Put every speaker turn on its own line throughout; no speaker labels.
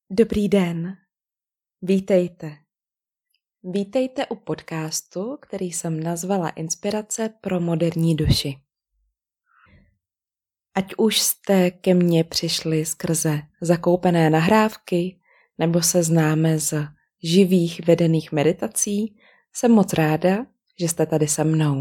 Dobrý den, vítejte. Vítejte u podcastu, který jsem nazvala Inspirace pro moderní duši. Ať už jste ke mně přišli skrze zakoupené nahrávky nebo se známe z živých vedených meditací, jsem moc ráda, že jste tady se mnou.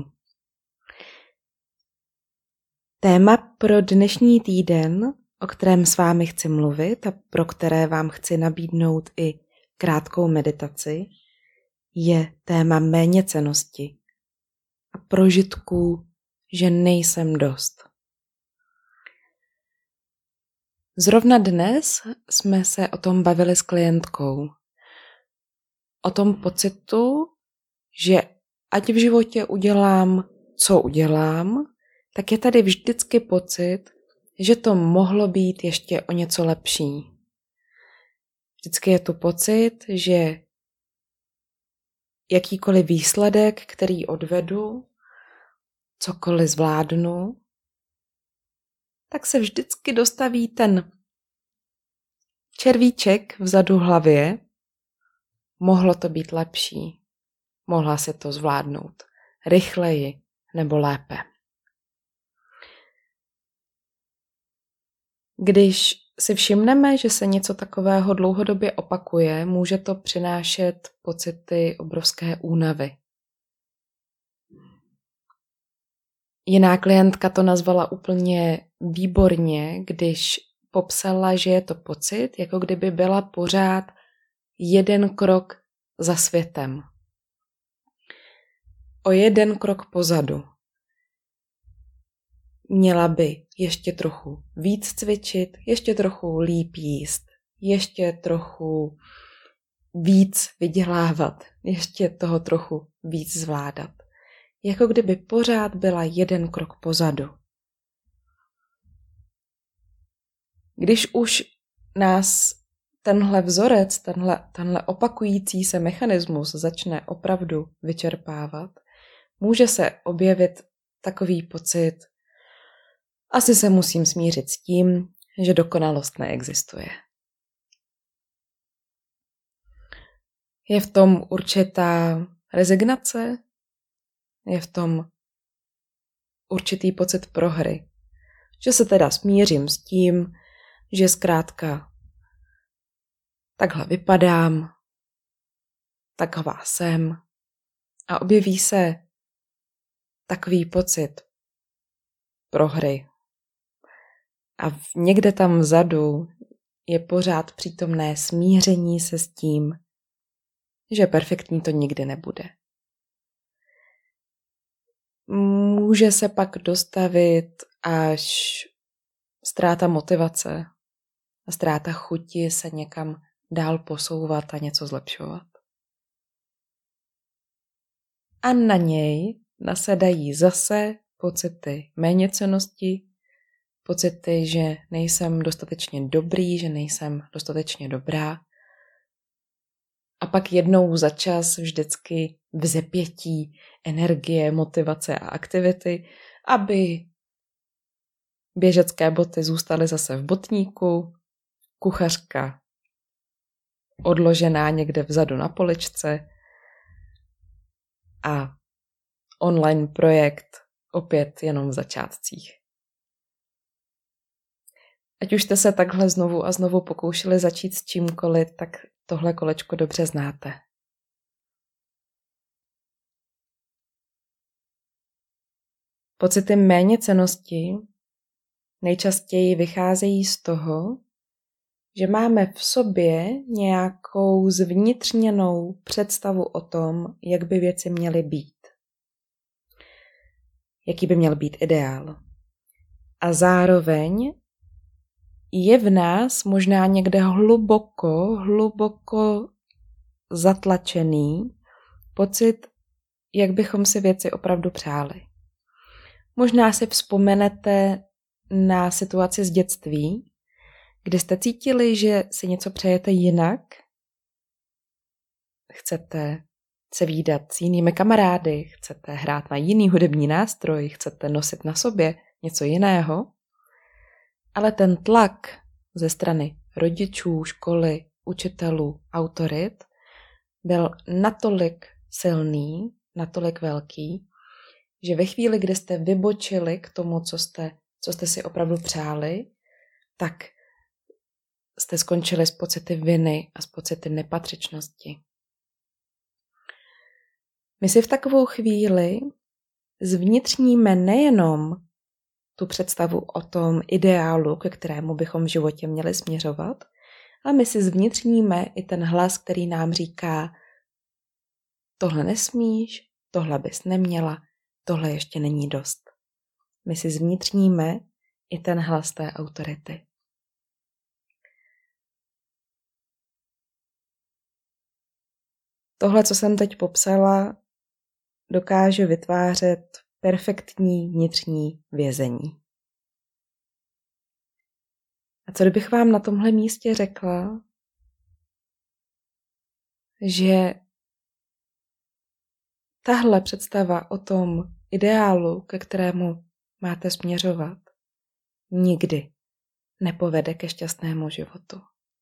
Téma pro dnešní týden, o kterém s vámi chci mluvit a pro které vám chci nabídnout i krátkou meditaci, je téma méněcennosti a prožitků, že nejsem dost. Zrovna dnes jsme se o tom bavili s klientkou. O tom pocitu, že ať v životě udělám, co udělám, tak je tady vždycky pocit, že to mohlo být ještě o něco lepší. Vždycky je tu pocit, že jakýkoliv výsledek, který odvedu, cokoliv zvládnu, tak se vždycky dostaví ten červíček vzadu hlavě. Mohlo to být lepší. Mohla si to zvládnout rychleji nebo lépe. Když si všimneme, že se něco takového dlouhodobě opakuje, může to přinášet pocity obrovské únavy. Jiná klientka to nazvala úplně výborně, když popsala, že je to pocit, jako kdyby byla pořád jeden krok za světem. O jeden krok pozadu. Měla by ještě trochu víc cvičit, ještě trochu líp jíst, ještě trochu víc vydělávat, ještě toho trochu víc zvládat. Jako kdyby pořád byla jeden krok pozadu. Když už nás tenhle vzorec, tenhle opakující se mechanismus začne opravdu vyčerpávat, může se objevit takový pocit, asi se musím smířit s tím, že dokonalost neexistuje. Je v tom určitá rezignace, je v tom určitý pocit prohry, že se teda smířím s tím, že zkrátka takhle vypadám, taková jsem a objeví se takový pocit prohry. A někde tam vzadu je pořád přítomné smíření se s tím, že perfektní to nikdy nebude. Může se pak dostavit až ztráta motivace a ztráta chuti se někam dál posouvat a něco zlepšovat. A na něj nasedají zase pocity méněcennosti, pocity, že nejsem dostatečně dobrý, že nejsem dostatečně dobrá. A pak jednou za čas vždycky vzepětí energie, motivace a aktivity, aby běžecké boty zůstaly zase v botníku, kuchařka odložená někde vzadu na poličce a online projekt opět jenom v začátcích. Ať už jste se takhle znovu a znovu pokoušeli začít s čímkoliv, tak tohle kolečko dobře znáte. Pocity méněcennosti nejčastěji vycházejí z toho, že máme v sobě nějakou zvnitřněnou představu o tom, jak by věci měly být. Jaký by měl být ideál. A zároveň je v nás možná někde hluboko zatlačený pocit, jak bychom si věci opravdu přáli. Možná si vzpomenete na situaci z dětství, kdy jste cítili, že si něco přejete jinak, chcete se vídat s jinými kamarády, chcete hrát na jiný hudební nástroj, chcete nosit na sobě něco jiného, ale ten tlak ze strany rodičů, školy, učitelů, autorit byl natolik silný, natolik velký, že ve chvíli, kdy jste vybočili k tomu, co jste si opravdu přáli, tak jste skončili s pocity viny a s pocity nepatřičnosti. My si v takovou chvíli zvnitřníme nejenom tu představu o tom ideálu, ke kterému bychom v životě měli směřovat, ale my si zvnitřníme i ten hlas, který nám říká: tohle nesmíš, tohle bys neměla, tohle ještě není dost. My si zvnitřníme i ten hlas té autority. Tohle, co jsem teď popsala, dokáže vytvářet perfektní vnitřní vězení. A co kdybych vám na tomhle místě řekla, že tahle představa o tom ideálu, ke kterému máte směřovat, nikdy nepovede ke šťastnému životu.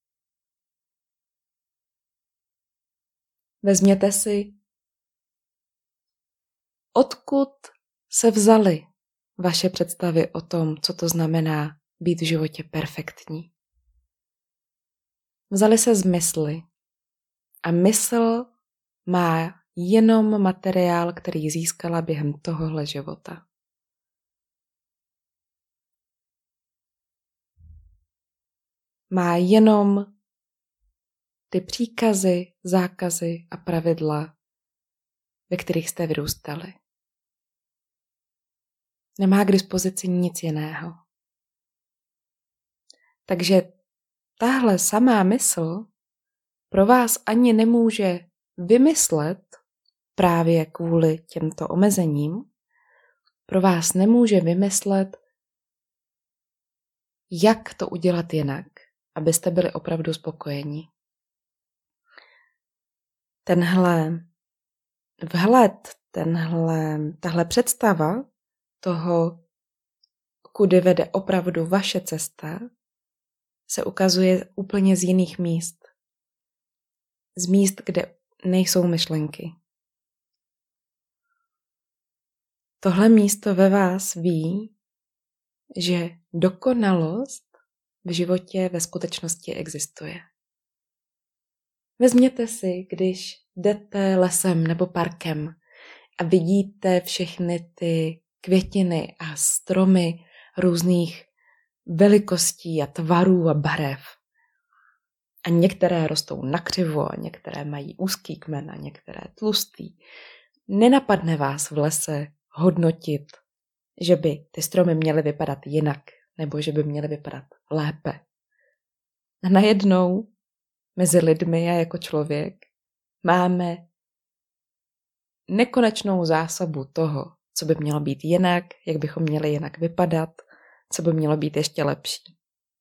Vezměte si, odkud se vzaly vaše představy o tom, co to znamená být v životě perfektní. Vzaly se z mysli a mysl má jenom materiál, který získala během tohohle života. Má jenom ty příkazy, zákazy a pravidla, ve kterých jste vyrůstali. Nemá k dispozici nic jiného. Takže tahle samá mysl pro vás ani nemůže vymyslet právě kvůli těmto omezením, pro vás nemůže vymyslet, jak to udělat jinak, abyste byli opravdu spokojení. Tenhle vhled, tahle představa toho, kudy vede opravdu vaše cesta, se ukazuje úplně z jiných míst. Z míst, kde nejsou myšlenky. Tohle místo ve vás ví, že dokonalost v životě ve skutečnosti existuje. Vezměte si, když jdete lesem nebo parkem a vidíte všechny ty květiny a stromy různých velikostí a tvarů a barev. A některé rostou nakřivo a některé mají úzký kmen a některé tlustý. Nenapadne vás v lese hodnotit, že by ty stromy měly vypadat jinak nebo že by měly vypadat lépe. A najednou mezi lidmi a jako člověk máme nekonečnou zásobu toho, co by mělo být jinak, jak bychom měli jinak vypadat, co by mělo být ještě lepší.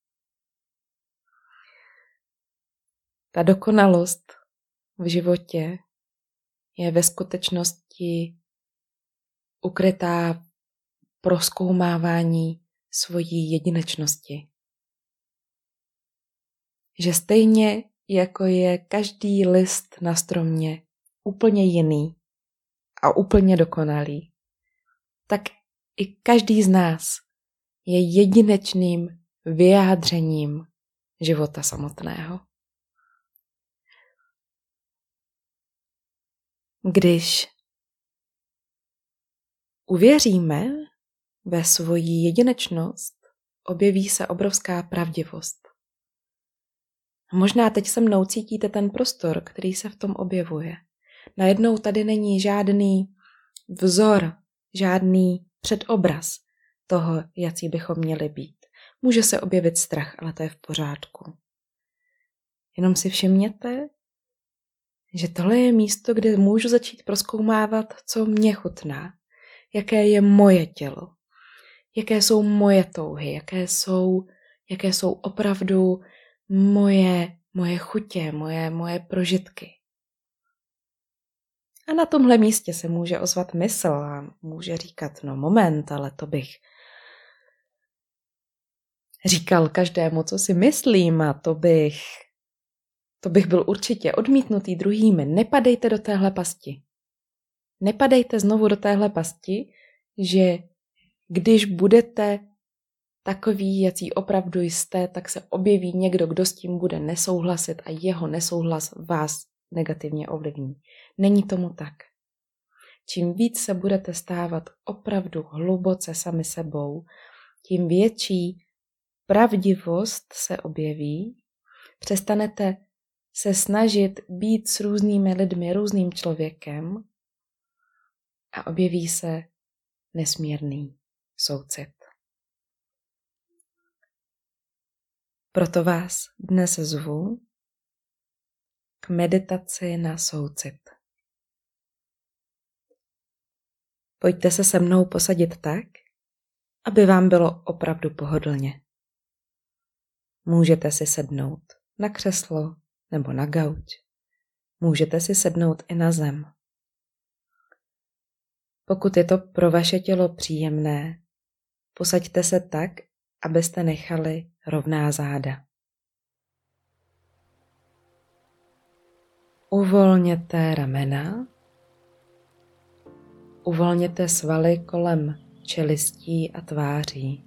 Ta dokonalost v životě je ve skutečnosti ukrytá v prozkoumávání svojí jedinečnosti. Že stejně jako je každý list na stromě úplně jiný a úplně dokonalý, tak i každý z nás je jedinečným vyjádřením života samotného. Když uvěříme ve svoji jedinečnost, objeví se obrovská pravdivost. A možná teď se mnou cítíte ten prostor, který se v tom objevuje. Najednou tady není žádný vzor, žádný předobraz toho, jaký bychom měli být. Může se objevit strach, ale to je v pořádku. Jenom si všimněte, že tohle je místo, kde můžu začít prozkoumávat, co mě chutná, jaké je moje tělo, jaké jsou moje touhy, jaké jsou opravdu moje chutě, moje prožitky. A na tomhle místě se může ozvat mysl a může říkat, no moment, ale to bych říkal každému, co si myslím, a to bych to bych byl určitě odmítnutý druhými, nepadejte do téhle pasti. Nepadejte znovu do téhle pasti, že když budete takový, jací opravdu jste, tak se objeví někdo, kdo s tím bude nesouhlasit a jeho nesouhlas vás negativně ovlivní. Není tomu tak. Čím víc se budete stávat opravdu hluboce sami sebou, tím větší pravdivost se objeví, přestanete se snažit být s různými lidmi, různým člověkem a objeví se nesmírný soucit. Proto vás dnes zvu k meditaci na soucit. Pojďte se se mnou posadit tak, aby vám bylo opravdu pohodlně. Můžete si sednout na křeslo nebo na gauč. Můžete si sednout i na zem. Pokud je to pro vaše tělo příjemné, posaďte se tak, abyste nechali rovná záda. Uvolněte ramena, uvolněte svaly kolem čelistí a tváří.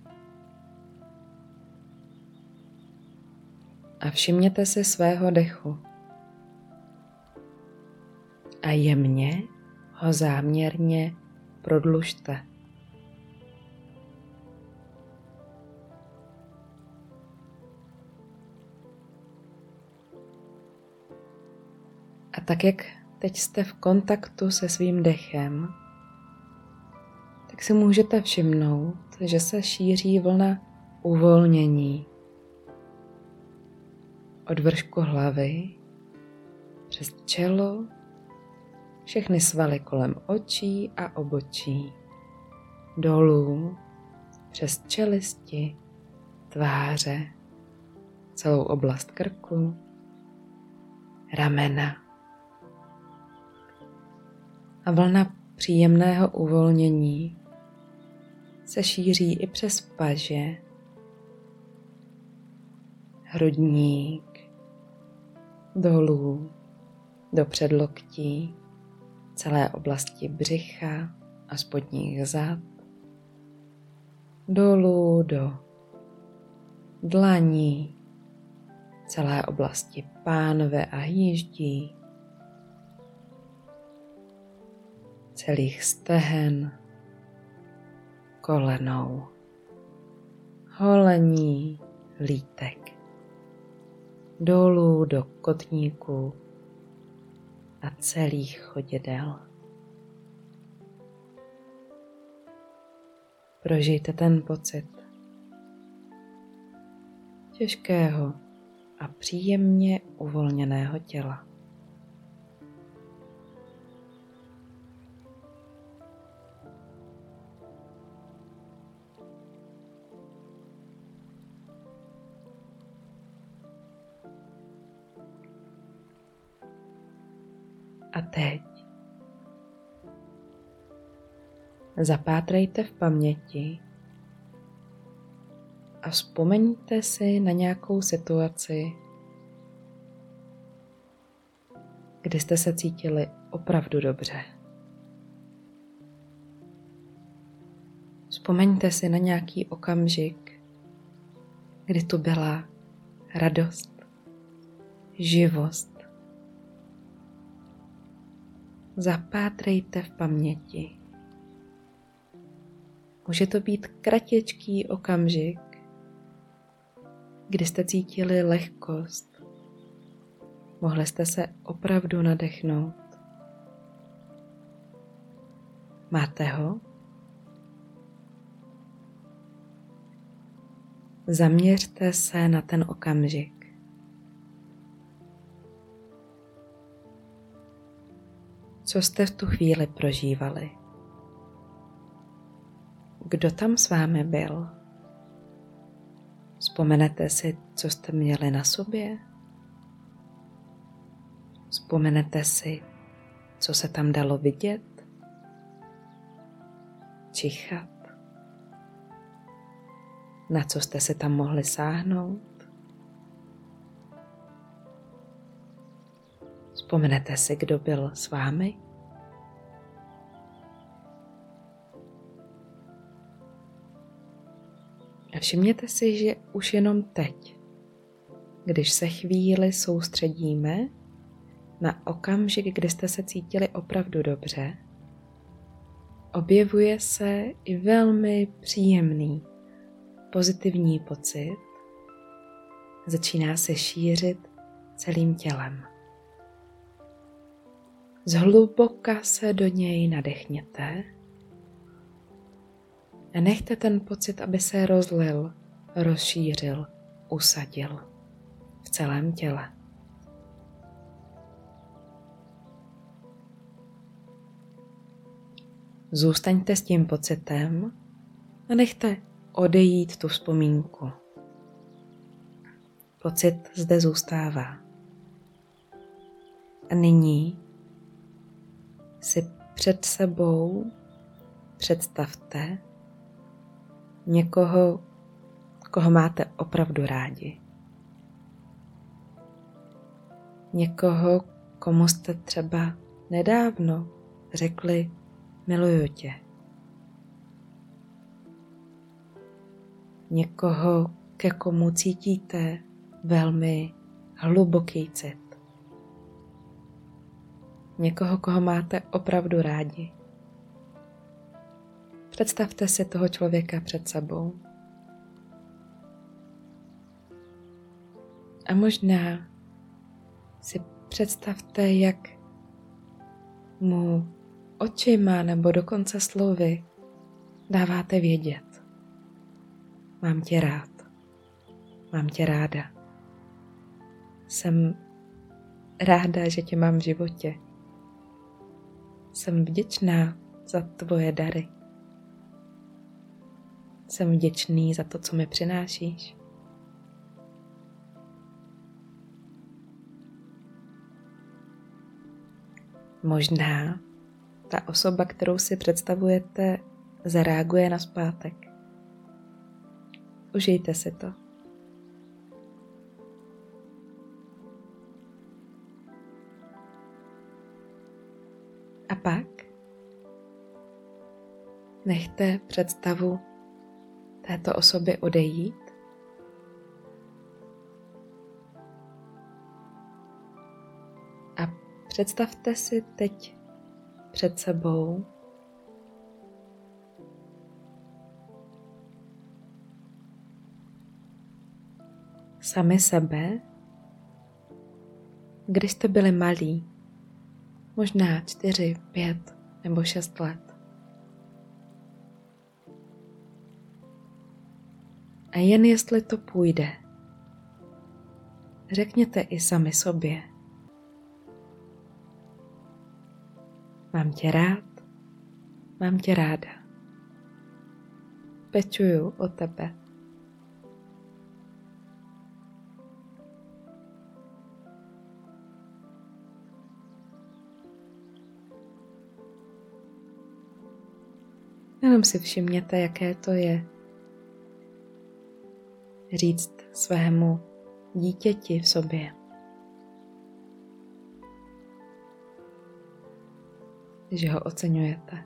A všimněte si svého dechu. A jemně ho záměrně prodlužte. A tak, jak teď jste v kontaktu se svým dechem, tak si můžete všimnout, že se šíří vlna uvolnění od vršku hlavy přes čelo, všechny svaly kolem očí a obočí, dolů, přes čelisti, tváře, celou oblast krku, ramena. A vlna příjemného uvolnění se šíří i přes paže, hrudník, dolů, do předloktí, celé oblasti břicha a spodních zad, dolů do dlaní, celé oblasti pánve a hýždí, celých stehen, kolenou, holení, lítek, dolů do kotníků a celých chodidel. Prožijte ten pocit těžkého a příjemně uvolněného těla. A teď zapátrejte v paměti a vzpomeňte si na nějakou situaci, kdy jste se cítili opravdu dobře. Vzpomeňte si na nějaký okamžik, kdy tu byla radost, živost. Zapátrejte v paměti. Může to být kratičký okamžik, kdy jste cítili lehkost. Mohli jste se opravdu nadechnout. Máte ho? Zaměřte se na ten okamžik. Co jste v tu chvíli prožívali? Kdo tam s vámi byl? Vzpomenete si, co jste měli na sobě? Vzpomenete si, co se tam dalo vidět? Čichat? Na co jste se tam mohli sáhnout? Vzpomenete si, kdo byl s vámi? A všimněte si, že už jenom teď, když se chvíli soustředíme na okamžik, kdy jste se cítili opravdu dobře, objevuje se i velmi příjemný, pozitivní pocit, začíná se šířit celým tělem. Zhluboka se do něj nadechněte a nechte ten pocit, aby se rozlil, rozšířil, usadil v celém těle. Zůstaňte s tím pocitem a nechte odejít tu vzpomínku. Pocit zde zůstává. A nyní si před sebou představte někoho, koho máte opravdu rádi. Někoho, komu jste třeba nedávno řekli miluju tě. Někoho, ke komu cítíte velmi hluboký cit. Někoho, koho máte opravdu rádi. Představte si toho člověka před sebou. A možná si představte, jak mu očima nebo dokonce slovy dáváte vědět. Mám tě rád. Mám tě ráda. Jsem ráda, že tě mám v životě. Jsem vděčná za tvoje dary. Jsem vděčný za to, co mi přinášíš. Možná ta osoba, kterou si představujete, zareaguje nazpátek. Užijte si to. A pak nechte představu této osoby odejít. A představte si teď před sebou sami sebe, když jste byli malí, možná 4, 5 nebo 6 let. A jen jestli to půjde, řekněte i sami sobě. Mám tě rád, mám tě ráda. Pečuju o tebe. Jenom si všimněte, jaké to je říct svému dítěti v sobě, že ho oceňujete.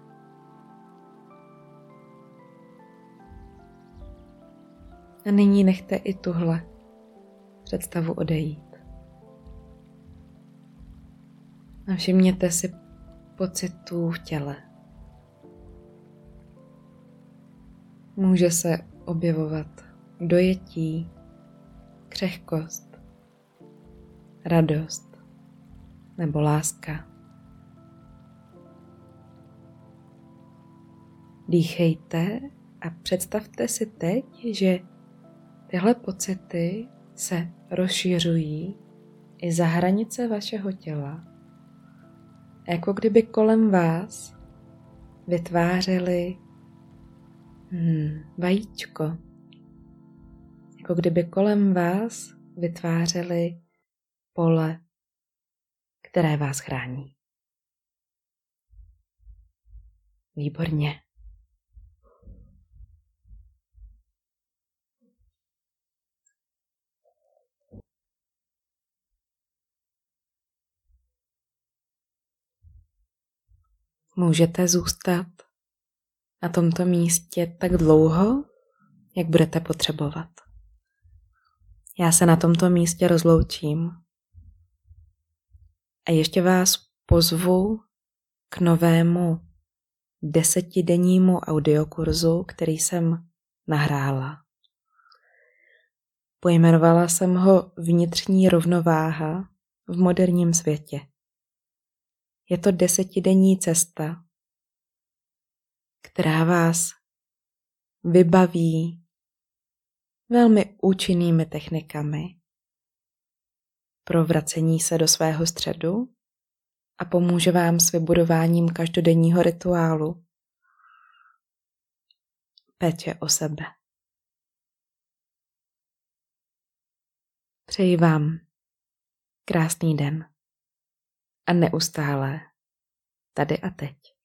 A nyní nechte i tuhle představu odejít. A všimněte si pocitů v těle. Může se objevovat dojetí, křehkost, radost nebo láska. Dýchejte a představte si teď, že tyhle pocity se rozšiřují i za hranice vašeho těla, jako kdyby kolem vás vytvářely vajíčko, jako kdyby kolem vás vytvářely pole, které vás chrání. Výborně. Můžete zůstat na tomto místě tak dlouho, jak budete potřebovat. Já se na tomto místě rozloučím a ještě vás pozvu k novému 10dennímu audiokurzu, který jsem nahrála. Pojmenovala jsem ho Vnitřní rovnováha v moderním světě. Je to 10denní cesta, která vás vybaví velmi účinnými technikami pro vracení se do svého středu a pomůže vám s vybudováním každodenního rituálu péče o sebe. Přeji vám krásný den a neustále tady a teď.